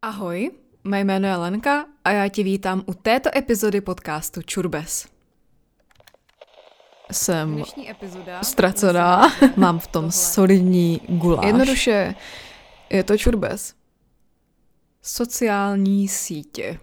Ahoj, mé jméno je Lenka a já tě vítám u této epizody podcastu Čurbes. Jsem ztracená, mám v tom solidní guláš. Jednoduše, je to Čurbes. Sociální sítě.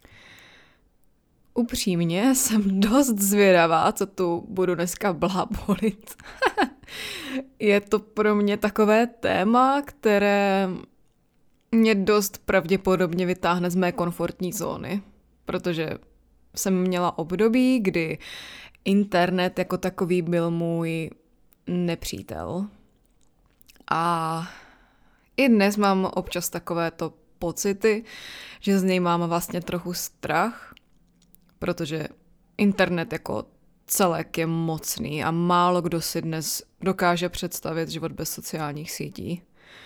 Upřímně jsem dost zvědavá, co tu budu dneska blábolit. Je to pro mě takové téma, které mě dost pravděpodobně vytáhne z mé komfortní zóny, protože jsem měla období, kdy internet jako takový byl můj nepřítel. A i dnes mám občas takovéto pocity, že z něj mám vlastně trochu strach, protože internet jako celek je mocný a málo kdo si dnes dokáže představit život bez sociálních sítí.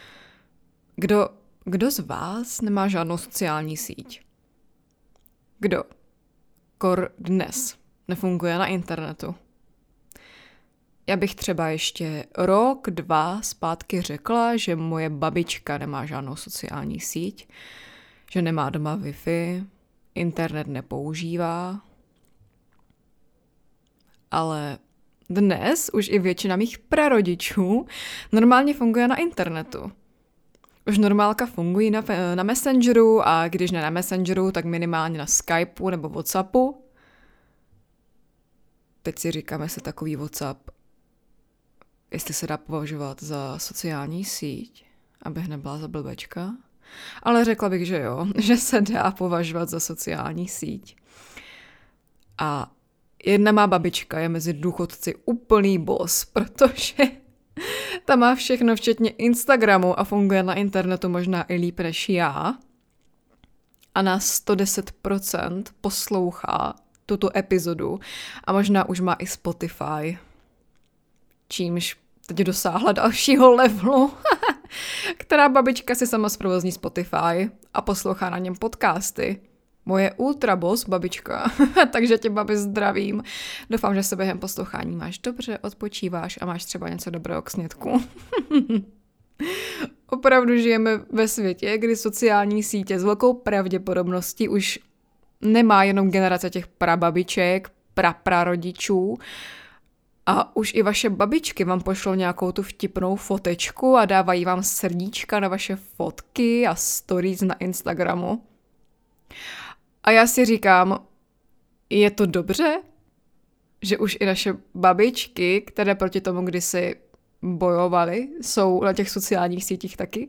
Kdo z vás nemá žádnou sociální síť? Kdo? Dnes nefunguje na internetu. Já bych třeba ještě rok, 2 zpátky řekla, že moje babička nemá žádnou sociální síť, že nemá doma Wi-Fi, internet nepoužívá. Ale dnes už i většina mých prarodičů normálně funguje na internetu. Už normálka fungují na Messengeru a když ne na Messengeru, tak minimálně na Skypeu nebo WhatsAppu. Teď si říkám, jestli takový WhatsApp, jestli se dá považovat za sociální síť, abych nebyla za blbečka. Ale řekla bych, že jo, že se dá považovat za sociální síť. A jedna má babička je mezi důchodci úplný boss, protože ta má všechno, včetně Instagramu a funguje na internetu možná i líp než já. A na 110% poslouchá tuto epizodu a možná už má i Spotify. Čímž teď dosáhla dalšího levelu, která babička si sama zprovozní Spotify a poslouchá na něm podcasty. Moje ultraboss babička, takže tě, babi, zdravím. Doufám, že se během poslouchání máš dobře, odpočíváš a máš třeba něco dobrého k snědku. Opravdu žijeme ve světě, kdy sociální sítě s velkou pravděpodobností už nemá jenom generace těch prababiček, prarodičů, a už i vaše babičky vám pošlou nějakou tu vtipnou fotečku a dávají vám srdíčka na vaše fotky a stories na Instagramu. A já si říkám, je to dobře, že už i naše babičky, které proti tomu kdysi bojovaly, jsou na těch sociálních sítích taky?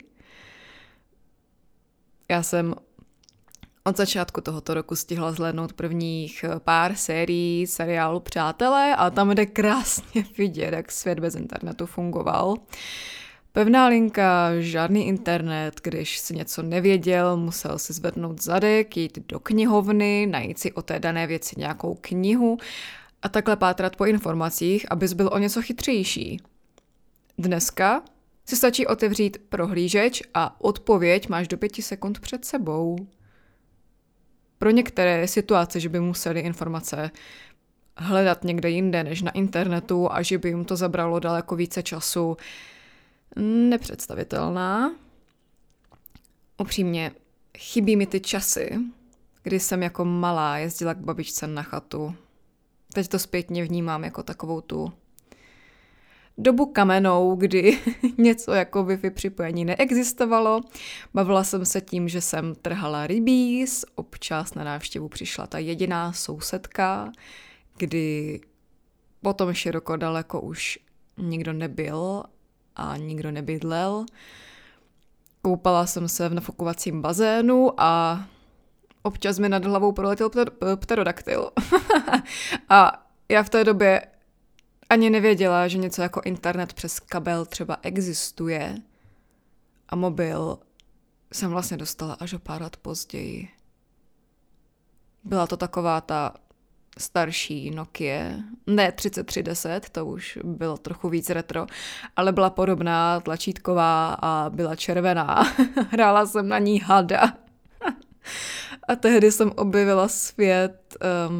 Já jsem od začátku tohoto roku stihla zhlédnout prvních pár sérií seriálu Přátelé a tam jde krásně vidět, jak svět bez internetu fungoval. Pevná linka, žádný internet, když si něco nevěděl, musel si zvednout zadek, jít do knihovny, najít si o té dané věci nějakou knihu a takhle pátrat po informacích, abys byl o něco chytřejší. Dneska si stačí otevřít prohlížeč a odpověď máš do 5 sekund před sebou. Pro některé situace, že by museli informace hledat někde jinde než na internetu a že by jim to zabralo daleko více času, nepředstavitelná. Upřímně, chybí mi ty časy, kdy jsem jako malá jezdila k babičce na chatu. Teď to zpětně vnímám jako takovou tu dobu kamennou, kdy něco jako Wi-Fi připojení neexistovalo. Bavila jsem se tím, že jsem trhala rybíz, občas na návštěvu přišla ta jediná sousedka, kdy potom široko daleko už nikdo nebyl a nikdo nebydlel. Koupala jsem se v nafukovacím bazénu a občas mi nad hlavou proletěl pterodaktyl. A já v té době ani nevěděla, že něco jako internet přes kabel třeba existuje. A mobil jsem vlastně dostala až o pár let později. Byla to taková ta starší Nokia, ne 3310, to už bylo trochu víc retro, ale byla podobná, tlačítková a byla červená. Hrála jsem na ní hada. A tehdy jsem objevila svět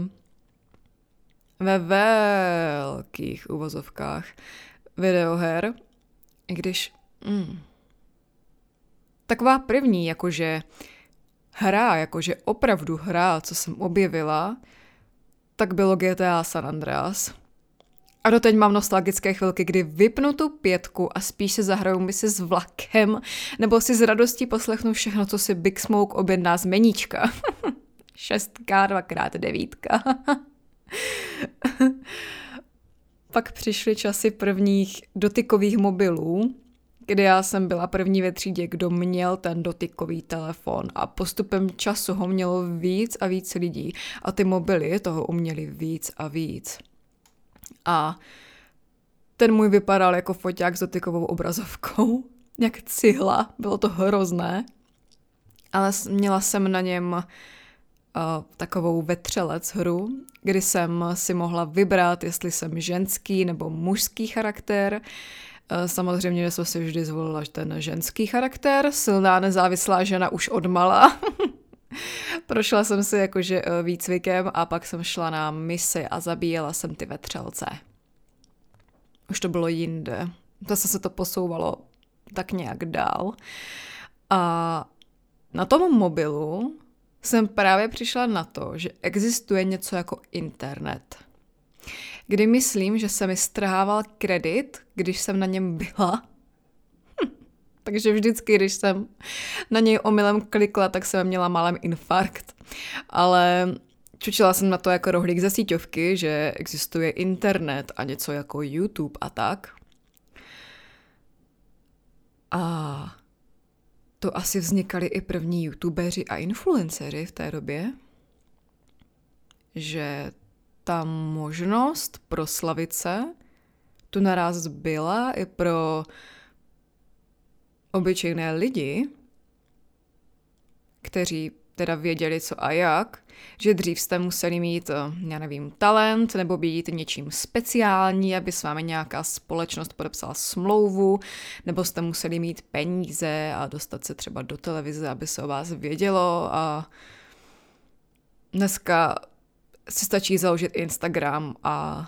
ve velkých uvozovkách videoher, i když taková první, jakože hra, jakože opravdu hra, co jsem objevila, tak bylo GTA San Andreas. A doteď mám nostalgické chvilky, kdy vypnu tu 5 a spíš se zahraju misi s vlakem, nebo si s radostí poslechnu všechno, co si Big Smoke objedná z meníčka. 6x, 2x9. Pak přišly časy prvních dotykových mobilů, kdy já jsem byla první ve třídě, kdo měl ten dotykový telefon a postupem času ho mělo víc a víc lidí a ty mobily toho uměly víc a víc. A ten můj vypadal jako foťák s dotykovou obrazovkou, jak cihla, bylo to hrozné, ale měla jsem na něm takovou vetřelec hru, kdy jsem si mohla vybrat, jestli jsem ženský nebo mužský charakter. Samozřejmě, že jsem si vždy zvolila ten ženský charakter, silná nezávislá žena už odmala. Prošla jsem si jakože výcvikem a pak jsem šla na misi a zabíjela jsem ty vetřelce. Už to bylo jinde. Zase se to posouvalo tak nějak dál. A na tom mobilu jsem právě přišla na to, že existuje něco jako internet. Kdy myslím, že se mi strhával kredit, když jsem na něm byla. Takže vždycky, když jsem na něj omylem klikla, tak jsem měla málem infarkt. Ale čučila jsem na to jako rohlík ze síťovky, že existuje internet a něco jako YouTube a tak. A to asi vznikali i první youtubeři a influenceři v té době, že ta možnost proslavit se tu naraz byla i pro obyčejné lidi, kteří teda věděli co a jak, že dřív jste museli mít, já nevím, talent nebo být něčím speciální, aby s vámi nějaká společnost podepsala smlouvu, nebo jste museli mít peníze a dostat se třeba do televize, aby se o vás vědělo a dneska si stačí založit Instagram a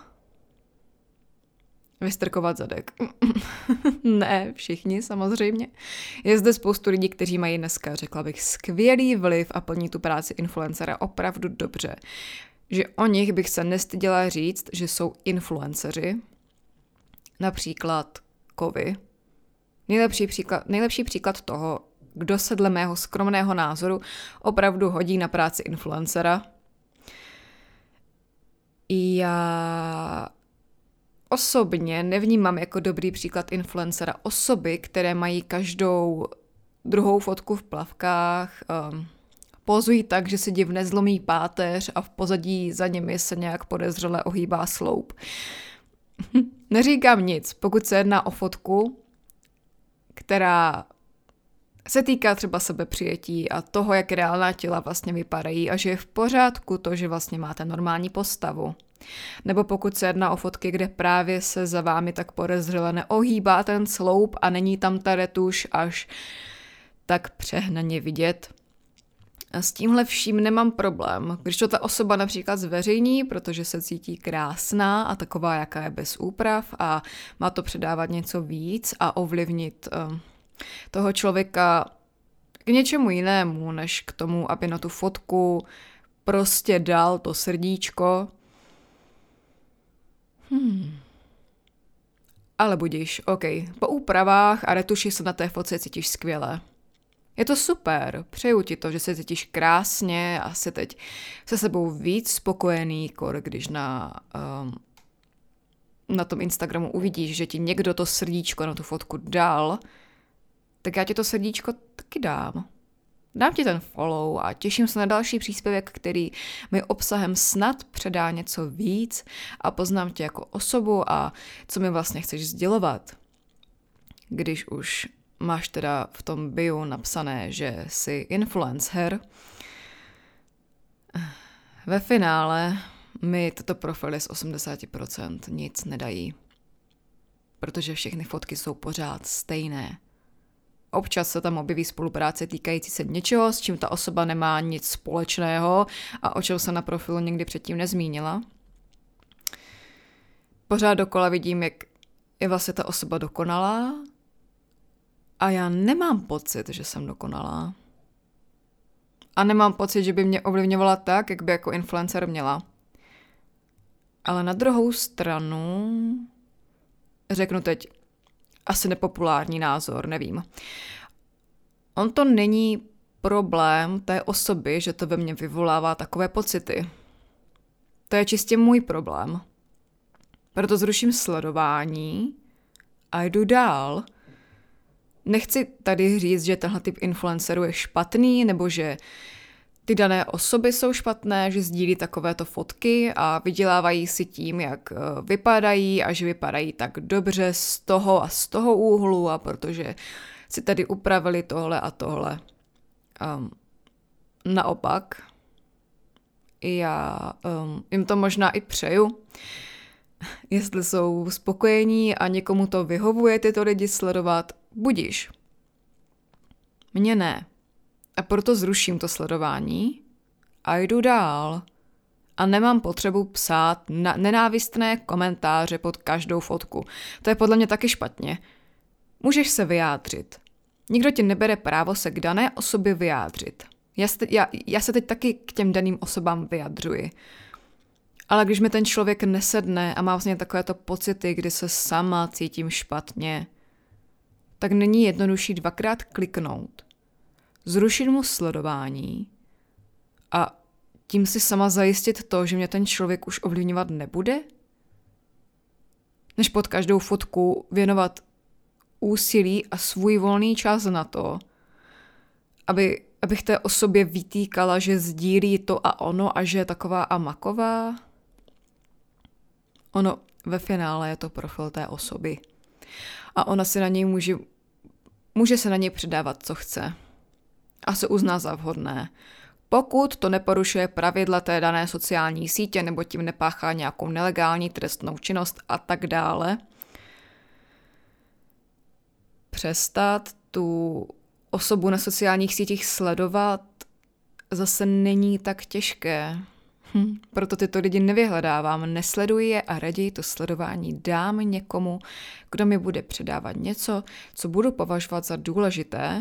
vystrkovat zadek. Ne, všichni samozřejmě. Je zde spoustu lidí, kteří mají dneska, řekla bych, skvělý vliv a plní tu práci influencera opravdu dobře. Že o nich bych se nestyděla říct, že jsou influenceři. Například Kovy. Nejlepší příklad toho, kdo se dle mého skromného názoru opravdu hodí na práci influencera. Já osobně nevnímám jako dobrý příklad influencera osoby, které mají každou druhou fotku v plavkách, pozují tak, že si divně zlomí páteř a v pozadí za nimi se nějak podezřele ohýbá sloup. Neříkám nic, pokud se jedná o fotku, která se týká třeba sebepřijetí a toho, jak reálná těla vlastně vypadají a že je v pořádku to, že vlastně máte normální postavu. Nebo pokud se jedná o fotky, kde právě se za vámi tak podezřele neohýbá ten sloup a není tam ta retuš až tak přehnaně vidět. A s tímhle vším nemám problém. Když to ta osoba například zveřejní, protože se cítí krásná a taková, jaká je bez úprav a má to předávat něco víc a ovlivnit toho člověka k něčemu jinému, než k tomu, aby na tu fotku prostě dal to srdíčko. Ale budíš, OK. Po úpravách a retuši se na té fotce cítíš skvěle. Je to super, přeju ti to, že se cítíš krásně a jsi teď se sebou víc spokojený, když na tom Instagramu uvidíš, že ti někdo to srdíčko na tu fotku dal, tak já ti to srdíčko taky dám. Dám ti ten follow a těším se na další příspěvek, který mi obsahem snad předá něco víc a poznám tě jako osobu a co mi vlastně chceš sdělovat. Když už máš teda v tom bio napsané, že jsi influencer, ve finále mi tyto profily z 80% nic nedají. Protože všechny fotky jsou pořád stejné. Občas se tam objeví spolupráce týkající se něčeho, s čím ta osoba nemá nic společného a o čem se na profilu nikdy předtím nezmínila. Pořád dokola vidím, jak je vlastně ta osoba dokonalá a já nemám pocit, že jsem dokonalá. A nemám pocit, že by mě ovlivňovala tak, jak by jako influencer měla. Ale na druhou stranu, řeknu teď asi nepopulární názor, nevím. On to není problém té osoby, že to ve mně vyvolává takové pocity. To je čistě můj problém. Proto zruším sledování a jdu dál. Nechci tady říct, že tenhle typ influencerů je špatný, nebo že ty dané osoby jsou špatné, že sdílí takovéto fotky a vydělávají si tím, jak vypadají a že vypadají tak dobře z toho úhlu a protože si tady upravili tohle a tohle. Naopak, já jim to možná i přeju, jestli jsou spokojení a někomu to vyhovuje tyto lidi sledovat, budiš. Mně ne. A proto zruším to sledování a jdu dál. A nemám potřebu psát nenávistné komentáře pod každou fotku. To je podle mě taky špatně. Můžeš se vyjádřit. Nikdo ti nebere právo se k dané osobě vyjádřit. Já se teď taky k těm daným osobám vyjadřuji. Ale když mi ten člověk nesedne a má vlastně takovéto pocity, kdy se sama cítím špatně, tak není jednodušší dvakrát kliknout, zrušit mu sledování a tím si sama zajistit to, že mě ten člověk už ovlivňovat nebude? Než pod každou fotku věnovat úsilí a svůj volný čas na to, abych té osobě vytýkala, že sdílí to a ono a že je taková a maková. Ono ve finále je to profil té osoby. A ona si na něj může se na něj předávat, co chce. A se uzná za vhodné. Pokud to neporušuje pravidla té dané sociální sítě nebo tím nepáchá nějakou nelegální trestnou činnost a tak dále. Přestat tu osobu na sociálních sítích sledovat zase není tak těžké. Proto tyto lidi nevyhledávám, nesleduji je a raději to sledování dám někomu, kdo mi bude předávat něco, co budu považovat za důležité.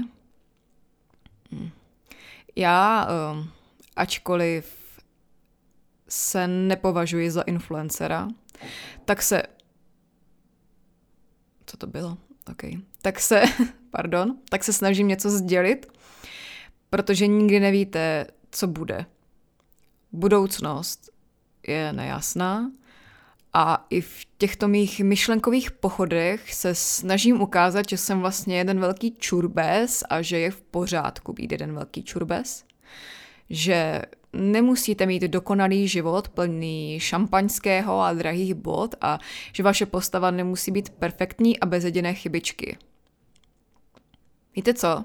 Já, ačkoliv se nepovažuji za influencera, tak se... Co to bylo? Okay. Tak se snažím něco sdělit, protože nikdy nevíte, co bude. Budoucnost je nejasná a i v těchto mých myšlenkových pochodech se snažím ukázat, že jsem vlastně jeden velký čurbes a že je v pořádku být jeden velký čurbes. Že nemusíte mít dokonalý život plný šampaňského a drahých bod a že vaše postava nemusí být perfektní a bez jediné chybičky. Víte co?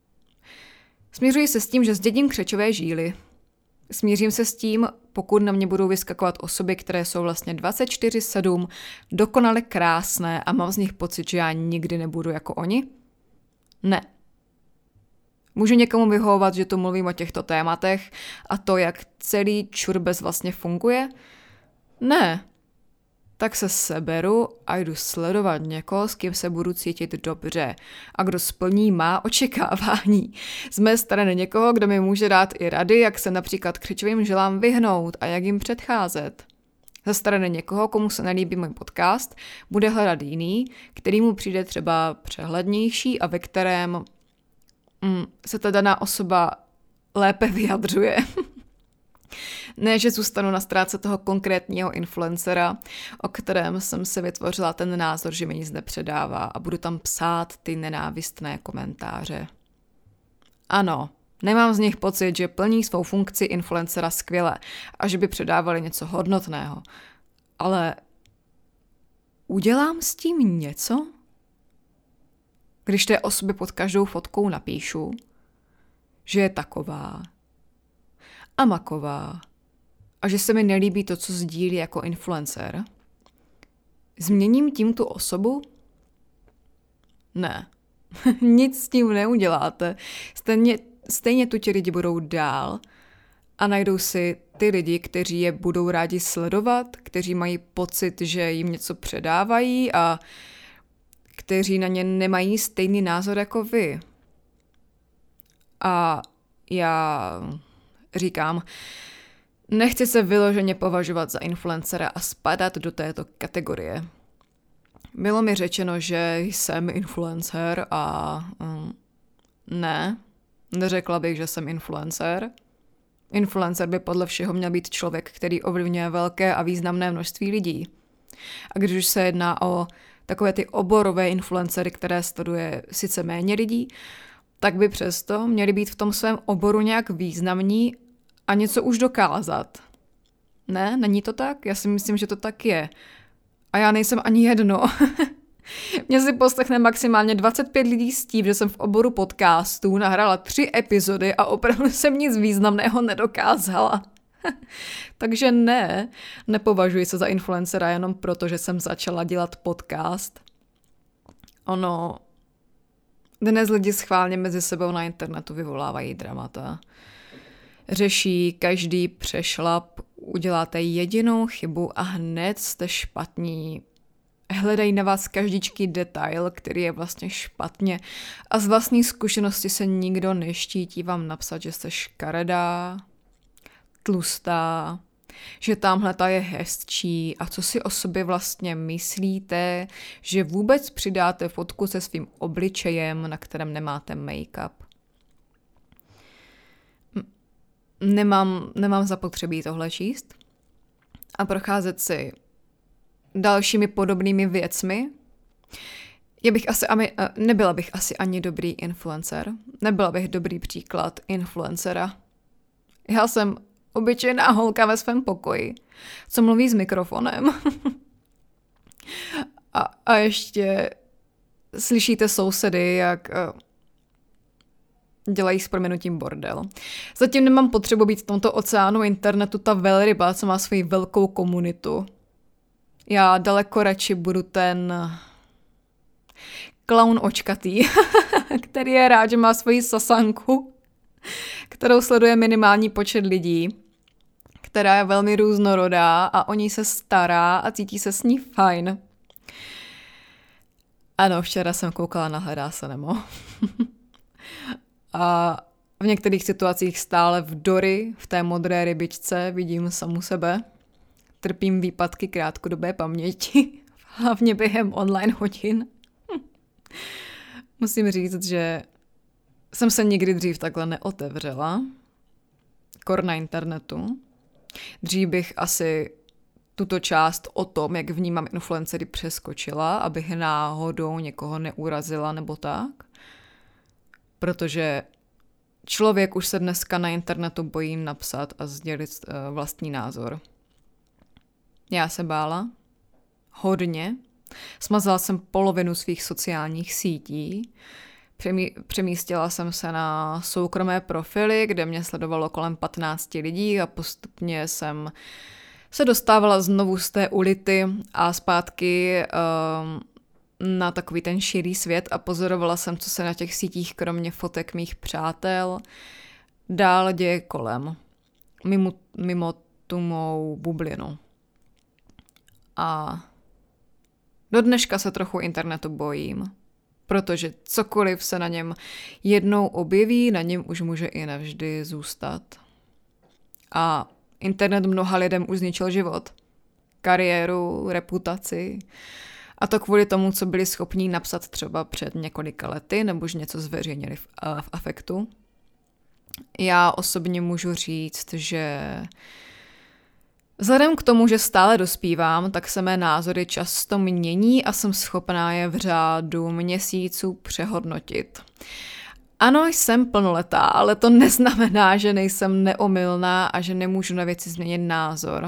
Směřuji se s tím, že zdědím křečové žíly. Smířím se s tím, pokud na mě budou vyskakovat osoby, které jsou vlastně 24/7 dokonale krásné a mám z nich pocit, že já nikdy nebudu jako oni? Ne. Můžu někomu vyhovovat, že tu mluvím o těchto tématech a to, jak celý čurbes vlastně funguje? Ne. Tak se seberu a jdu sledovat někoho, s kým se budu cítit dobře a kdo splní má očekávání. Z mé strany někoho, kdo mi může dát i rady, jak se například křečovým žilám vyhnout a jak jim předcházet. Ze strany někoho, komu se nelíbí můj podcast, bude hledat jiný, který mu přijde třeba přehlednější a ve kterém se ta daná osoba lépe vyjadřuje. Ne, že zůstanu na stránce toho konkrétního influencera, o kterém jsem si vytvořila ten názor, že mi nic nepředává a budu tam psát ty nenávistné komentáře. Ano, nemám z nich pocit, že plní svou funkci influencera skvěle a že by předávali něco hodnotného. Ale udělám s tím něco? Když té osobě pod každou fotkou napíšu, že je taková a maková a že se mi nelíbí to, co sdílí jako influencer, změním tím tu osobu? Ne. Nic s tím neuděláte. Stejně tu ti lidi budou dál a najdou si ty lidi, kteří je budou rádi sledovat, kteří mají pocit, že jim něco předávají a kteří na ně nemají stejný názor jako vy. A Já říkám, nechci se vyloženě považovat za influencera a spadat do této kategorie. Bylo mi řečeno, že jsem influencer a ne, neřekla bych, že jsem influencer. Influencer by podle všeho měl být člověk, který ovlivňuje velké a významné množství lidí. A když už se jedná o takové ty oborové influencery, které studuje sice méně lidí, tak by přesto měli být v tom svém oboru nějak významní a něco už dokázat. Ne, není to tak? Já si myslím, že to tak je. A já nejsem ani jedno. Mě si poslechne maximálně 25 lidí s tím, že jsem v oboru podcastů nahrála 3 epizody a opravdu jsem nic významného nedokázala. Takže ne, nepovažuji se za influencera jenom proto, že jsem začala dělat podcast. Ono, dnes lidi schválně mezi sebou na internetu vyvolávají dramata. Řeší každý přešlap, uděláte jedinou chybu a hned jste špatní. Hledají na vás každičký detail, který je vlastně špatně a z vlastní zkušenosti se nikdo neštítí vám napsat, že jste škaredá, tlustá, že tamhle ta je hezčí a co si o sobě vlastně myslíte, že vůbec přidáte fotku se svým obličejem, na kterém nemáte make-up. Nemám zapotřebí tohle číst a procházet si dalšími podobnými věcmi. Nebyla bych asi ani dobrý influencer. Nebyla bych dobrý příklad influencera. Já jsem obyčejná holka ve svém pokoji, co mluví s mikrofonem. a ještě slyšíte sousedy, jak dělají s prominutím bordel. Zatím nemám potřebu být v tomto oceánu internetu ta velryba, co má svoji velkou komunitu. Já daleko radši budu ten klaun očkatý, který je rád, že má svoji sasanku, kterou sleduje minimální počet lidí, která je velmi různorodá a o ní se stará a cítí se s ní fajn. Ano, včera jsem koukala na Hledá se Nemo. A v některých situacích stále v Dory, v té modré rybičce, vidím samu sebe. Trpím výpadky krátkodobé paměti, hlavně během online hodin. Musím říct, že jsem se nikdy dřív takhle neotevřela. Kor na internetu. Dřív bych asi tuto část o tom, jak vnímám influencery, přeskočila, abych náhodou někoho neurazila nebo tak. Protože člověk už se dneska na internetu bojí napsat a sdělit vlastní názor. Já se bála. Hodně. Smazala jsem polovinu svých sociálních sítí. Přemístila jsem se na soukromé profily, kde mě sledovalo kolem 15 lidí a postupně jsem se dostávala znovu z té ulity a zpátky na takový ten širý svět a pozorovala jsem, co se na těch sítích kromě fotek mých přátel dál děje kolem. Mimo tu mou bublinu. A do dneška se trochu internetu bojím, protože cokoliv se na něm jednou objeví, na něm už může i navždy zůstat. A internet mnoha lidem už zničil život, kariéru, reputaci. A to kvůli tomu, co byli schopní napsat třeba před několika lety, nebo už něco zveřejnili v afektu. Já osobně můžu říct, že vzhledem k tomu, že stále dospívám, tak se mé názory často mění a jsem schopná je v řádu měsíců přehodnotit. Ano, jsem plnoletá, ale to neznamená, že nejsem neomylná a že nemůžu na věci změnit názor.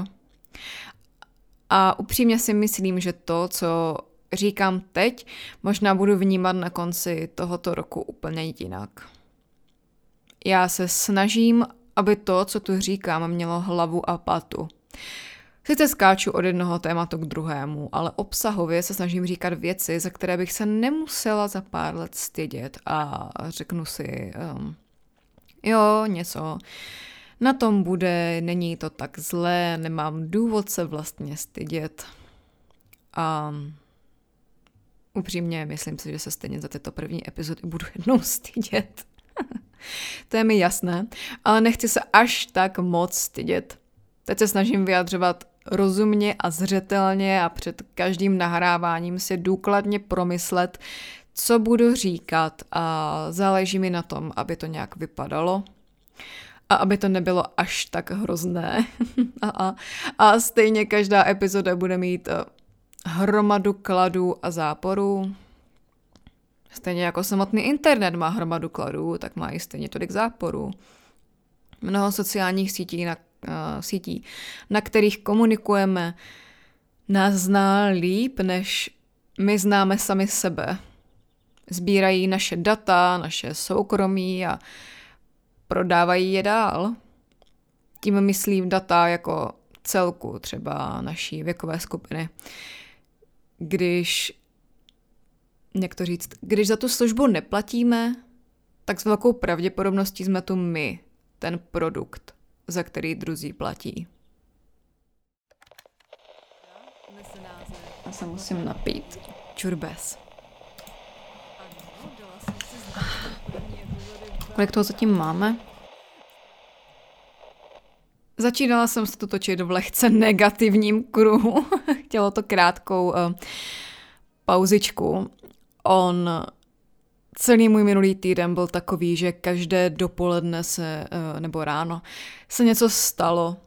A upřímně si myslím, že to, co říkám teď, možná budu vnímat na konci tohoto roku úplně jinak. Já se snažím, aby to, co tu říkám, mělo hlavu a patu. Sice skáču od jednoho tématu k druhému, ale obsahově se snažím říkat věci, za které bych se nemusela za pár let stydět a řeknu si, jo, něco na tom bude, není to tak zlé, nemám důvod se vlastně stydět. A upřímně myslím si, že se stejně za tyto první epizody budu jednou stydět. To je mi jasné, ale nechci se až tak moc stydět. Teď se snažím vyjadřovat rozumně a zřetelně a před každým nahráváním si důkladně promyslet, co budu říkat a záleží mi na tom, aby to nějak vypadalo a aby to nebylo až tak hrozné. a stejně každá epizoda bude mít hromadu kladů a záporů. Stejně jako samotný internet má hromadu kladů, tak má i stejně tolik záporů. Mnoho sociálních sítí, na kterých komunikujeme, nás zná líp, než my známe sami sebe. Sbírají naše data, naše soukromí a prodávají je dál. Tím myslím data jako celku, třeba naší věkové skupiny. Když za tu službu neplatíme, tak s velkou pravděpodobností jsme tu my, ten produkt, za který druzí platí. Já se musím napít. Čurbes. Kolik toho zatím máme? Začínala jsem se to točit v lehce negativním kruhu. Chtělo to krátkou pauzičku. Celý můj minulý týden byl takový, že každé dopoledne nebo ráno se něco stalo,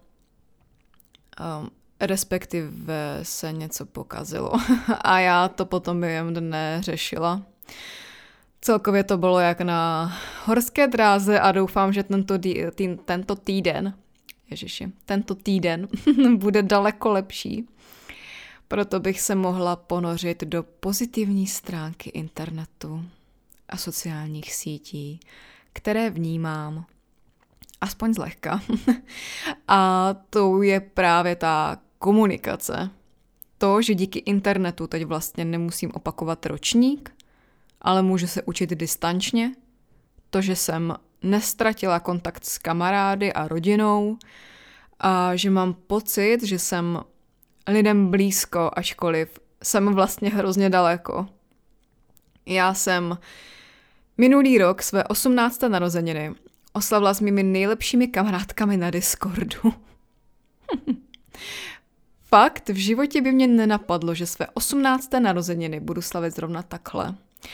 respektive se něco pokazilo a já to potom během dne řešila. Celkově to bylo jak na horské dráze a doufám, že tento týden bude daleko lepší. Proto bych se mohla ponořit do pozitivní stránky internetu a sociálních sítí, které vnímám aspoň zlehka. A to je právě ta komunikace. To, že díky internetu teď vlastně nemusím opakovat ročník, ale můžu se učit distančně. To, že jsem nestratila kontakt s kamarády a rodinou a že mám pocit, že jsem lidem blízko, ačkoliv jsem vlastně hrozně daleko. Já jsem minulý rok své 18. narozeniny oslavila s mými nejlepšími kamarádkami na Discordu. Fakt, v životě by mě nenapadlo, že své 18. narozeniny budu slavit zrovna takhle.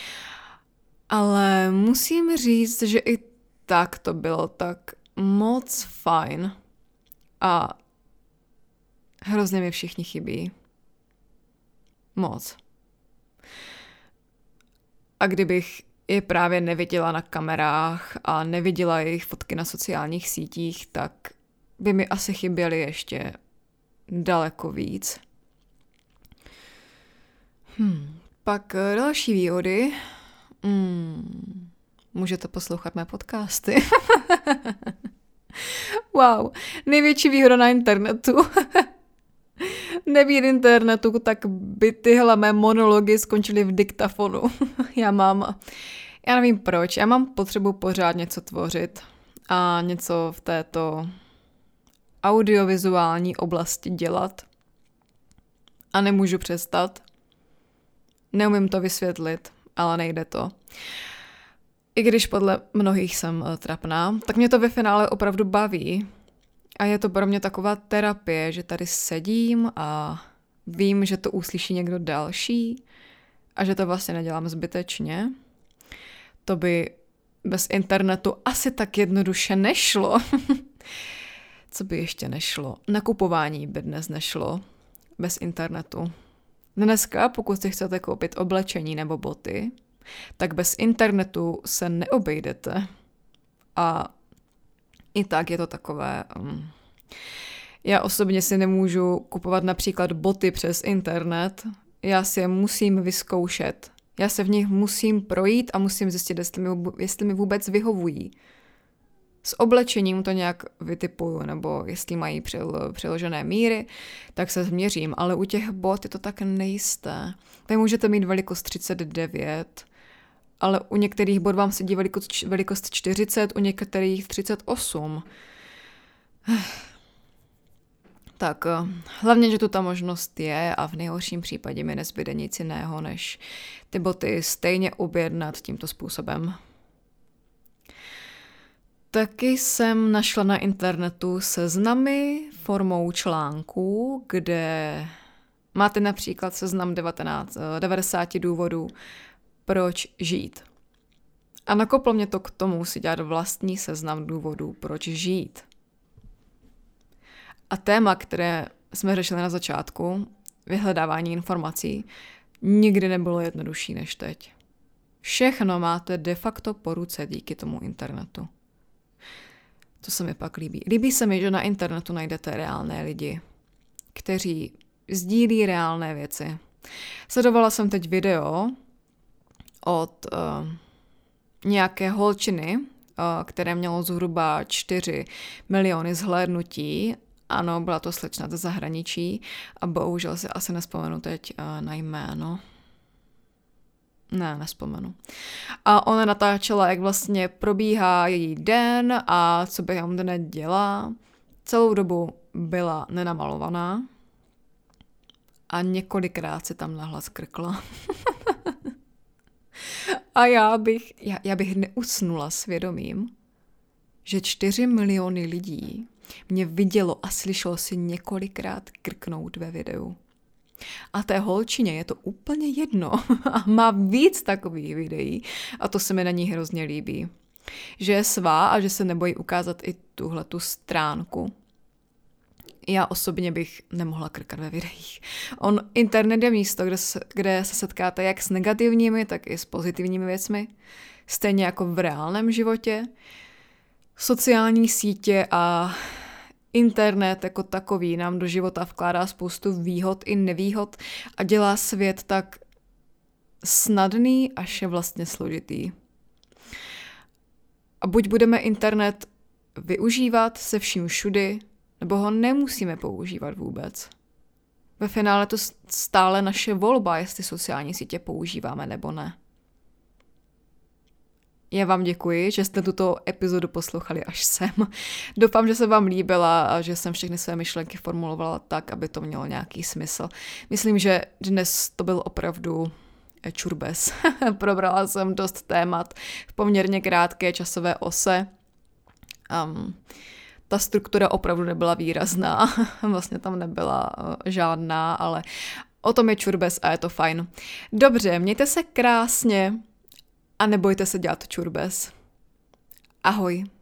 Ale musím říct, že i tak to bylo tak moc fajn. A hrozně mi všichni chybí. Moc. A kdybych je právě neviděla na kamerách a neviděla jejich fotky na sociálních sítích, tak by mi asi chyběly ještě daleko víc. Pak další výhody. Můžete poslouchat mé podcasty. Wow, největší výhoda na internetu. Nebýt internetu, tak by tyhle mé monology skončily v diktafonu. Já nevím proč, já mám potřebu pořád něco tvořit a něco v této audiovizuální oblasti dělat. A nemůžu přestat. Neumím to vysvětlit, ale nejde to. I když podle mnohých jsem trapná, tak mě to ve finále opravdu baví. A je to pro mě taková terapie, že tady sedím a vím, že to uslyší někdo další a že to vlastně nedělám zbytečně. To by bez internetu asi tak jednoduše nešlo. Co by ještě nešlo? Nakupování by dnes nešlo bez internetu. Dneska, pokud si chcete koupit oblečení nebo boty, tak bez internetu se neobejdete. A i tak je to takové... Já osobně si nemůžu kupovat například boty přes internet. Já si je musím vyzkoušet. Já se v nich musím projít a musím zjistit, jestli mi vůbec vyhovují. S oblečením to nějak vytipuju, nebo jestli mají přiložené míry, tak se změřím. Ale u těch bot je to tak nejisté. Tady můžete mít velikost 39, ale u některých bot vám sedí velikost 40, u některých 38. Tak hlavně, že tu ta možnost je a v nejhorším případě mi nezbyde nic jiného, než ty boty stejně objednat tímto způsobem. Taky jsem našla na internetu seznamy formou článků, kde máte například seznam 90 důvodů, proč žít. A nakoplo mě to k tomu si dělat vlastní seznam důvodů, proč žít. A téma, které jsme řešili na začátku, vyhledávání informací, nikdy nebylo jednodušší než teď. Všechno máte de facto po ruce díky tomu internetu. To se mi pak líbí. Líbí se mi, že na internetu najdete reálné lidi, kteří sdílí reálné věci. Sledovala jsem teď video od nějaké holčiny, které mělo zhruba 4 miliony zhlédnutí. Ano, byla to slečna ze zahraničí a bohužel si asi nespomenu teď na jméno. Ne, nespomenu. A ona natáčela, jak vlastně probíhá její den a co během dne dělá. Celou dobu byla nenamalovaná a několikrát se tam nahlas krkla. A já bych neusnula svědomím, že 4 miliony lidí mě vidělo a slyšelo si několikrát krknout ve videu. A té holčině je to úplně jedno a má víc takových videí a to se mi na ní hrozně líbí. Že je svá a že se nebojí ukázat i tuhletu stránku. Já osobně bych nemohla krkat ve videích. Internet je místo, kde se setkáte jak s negativními, tak i s pozitivními věcmi. Stejně jako v reálném životě. Sociální sítě a internet jako takový nám do života vkládá spoustu výhod i nevýhod a dělá svět tak snadný, až je vlastně složitý. A buď budeme internet využívat se vším všudy, nebo ho nemusíme používat vůbec. Ve finále to stále naše volba, jestli sociální sítě používáme nebo ne. Já vám děkuji, že jste tuto epizodu poslouchali až sem. Doufám, že se vám líbila a že jsem všechny své myšlenky formulovala tak, aby to mělo nějaký smysl. Myslím, že dnes to byl opravdu čurbes. Probrala jsem dost témat v poměrně krátké časové ose. Ta struktura opravdu nebyla výrazná. Vlastně tam nebyla žádná, ale o tom je čurbes a je to fajn. Dobře, mějte se krásně. A nebojte se dělat čurbes. Ahoj.